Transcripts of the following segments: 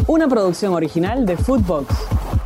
Una producción original de Footbox.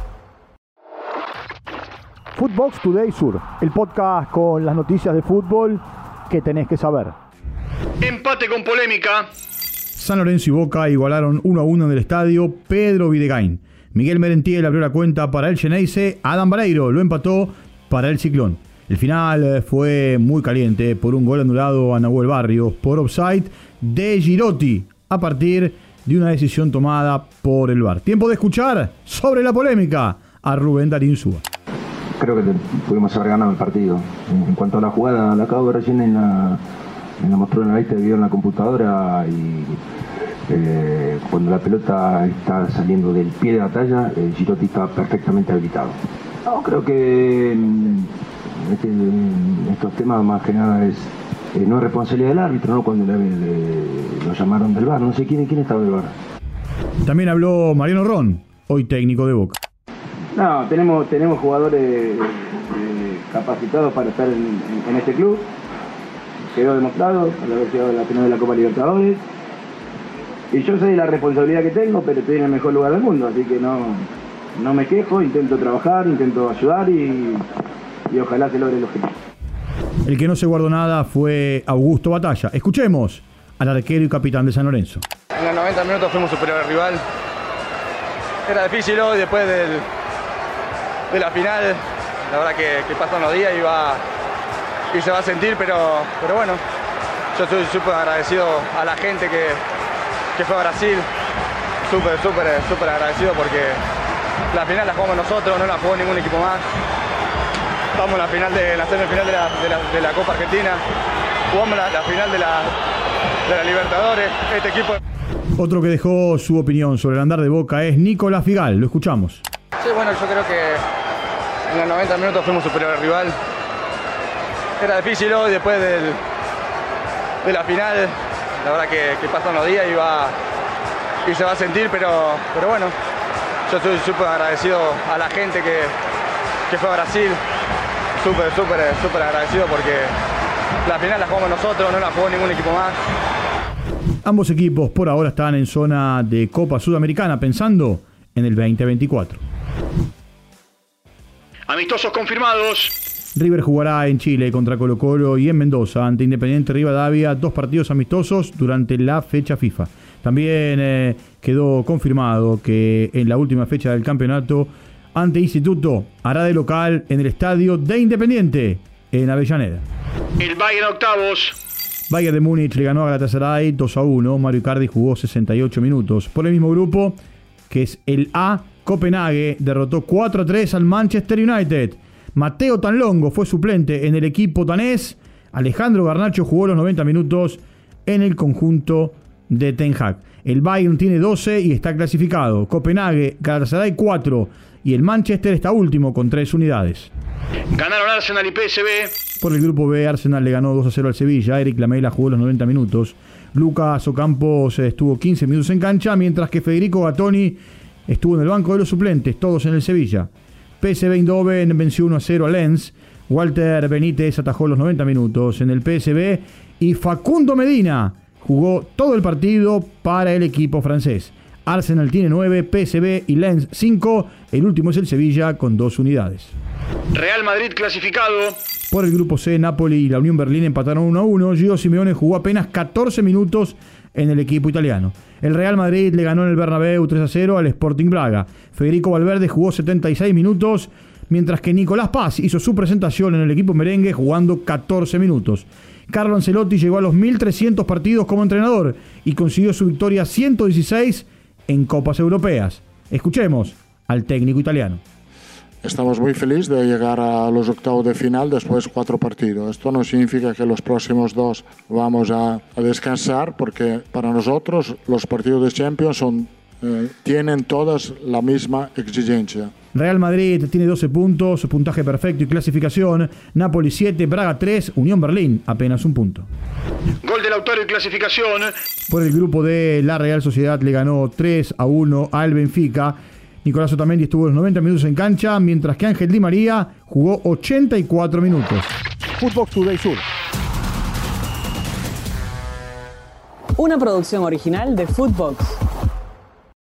Footbox Today Sur, el podcast con las noticias de fútbol que tenés que saber. Empate con polémica. San Lorenzo y Boca igualaron 1-1 en el estadio Pedro Videgain. Miguel Merentiel abrió la cuenta para el Xeneize, Adam Vareiro lo empató para el Ciclón. El final fue muy caliente por un gol anulado a Nahuel Barrios por offside de Girotti a partir de una decisión tomada por el VAR. Tiempo de escuchar sobre la polémica a Rubén Darín Insúa. Creo que pudimos haber ganado el partido. En cuanto a la jugada, la acabo de ver recién en la mostró en la lista de video en la computadora y cuando la pelota está saliendo del pie de batalla, Girotti está perfectamente habilitado. No, creo que estos temas más que nada es no es responsabilidad del árbitro, ¿no? Cuando lo llamaron del VAR, no sé quién estaba del VAR. También habló Mariano Ron, hoy técnico de Boca. No, tenemos jugadores capacitados para estar en este club. Quedó demostrado al haber llegado a la final de la Copa Libertadores. Y yo sé la responsabilidad que tengo, pero estoy en el mejor lugar del mundo, así que no me quejo, intento trabajar, intento ayudar y ojalá se logre el objetivo. El que no se guardó nada fue Augusto Batalla. Escuchemos al arquero y capitán de San Lorenzo. En los 90 minutos fuimos superior al rival. Era difícil hoy después de la final. La verdad que pasan los días y se va a sentir, pero bueno, yo estoy súper agradecido a la gente que fue a Brasil. Súper agradecido porque la final la jugamos nosotros, no la jugó ningún equipo más. Estamos en la semifinal de la Copa Argentina, jugamos la final de la Libertadores. Este equipo. Otro que dejó su opinión sobre el andar de Boca es Nicolás Figal. Lo escuchamos. Sí, bueno, yo creo que en los 90 minutos fuimos superior al rival. Era difícil hoy después de la final. La verdad que pasan los días y se va a sentir, pero bueno, yo estoy súper agradecido a la gente que fue a Brasil. Súper agradecido porque la final la jugamos nosotros, no la jugó ningún equipo más. Ambos equipos por ahora están en zona de Copa Sudamericana pensando en el 2024. Amistosos confirmados. River jugará en Chile contra Colo-Colo y en Mendoza ante Independiente Rivadavia, 2 partidos amistosos durante la fecha FIFA. También quedó confirmado que en la última fecha del campeonato ante Instituto hará de local en el estadio de Independiente en Avellaneda. El Bayern octavos. Bayern de Múnich le ganó a Galatasaray 2-1. Mario Icardi jugó 68 minutos. Por el mismo grupo, que es el A, Copenhague derrotó 4-3 al Manchester United. Matteo Tanlongo fue suplente en el equipo danés. Alejandro Garnacho jugó los 90 minutos en el conjunto de Ten Hag. El Bayern tiene 12 y está clasificado. Copenhague, Galatasaray 4 y el Manchester está último con 3 unidades. Ganaron Arsenal y PSV. Por el grupo B, Arsenal le ganó 2-0 al Sevilla. Eric Lamela jugó los 90 minutos. Lucas Ocampos estuvo 15 minutos en cancha, mientras que Federico Gattoni estuvo en el banco de los suplentes, todos en el Sevilla. PSV Eindhoven venció 1-0 a Lens. Walter Benítez atajó los 90 minutos en el PSV y Facundo Medina jugó todo el partido para el equipo francés. Arsenal tiene 9, PSV y Lens 5. El último es el Sevilla con 2 unidades. Real Madrid clasificado. Por el grupo C, Napoli y la Unión Berlín empataron 1-1. Gio Simeone jugó apenas 14 minutos en el equipo italiano. El Real Madrid le ganó en el Bernabéu 3-0 al Sporting Braga. Federico Valverde jugó 76 minutos, mientras que Nicolás Paz hizo su presentación en el equipo merengue jugando 14 minutos. Carlo Ancelotti llegó a los 1.300 partidos como entrenador y consiguió su victoria 116 en Copas Europeas. Escuchemos al técnico italiano. Estamos muy felices de llegar a los octavos de final después de 4 partidos. Esto no significa que los próximos 2 vamos a descansar, porque para nosotros los partidos de Champions tienen todas la misma exigencia. Real Madrid tiene 12 puntos, puntaje perfecto y clasificación. Napoli 7, Braga 3, Unión Berlín apenas 1 punto. Gol del Lautaro y clasificación. Por el grupo D, la Real Sociedad le ganó 3-1 al Benfica. Nicolás Otamendi estuvo los 90 minutos en cancha, mientras que Ángel Di María jugó 84 minutos. Footbox Today Sur. Una producción original de Footbox.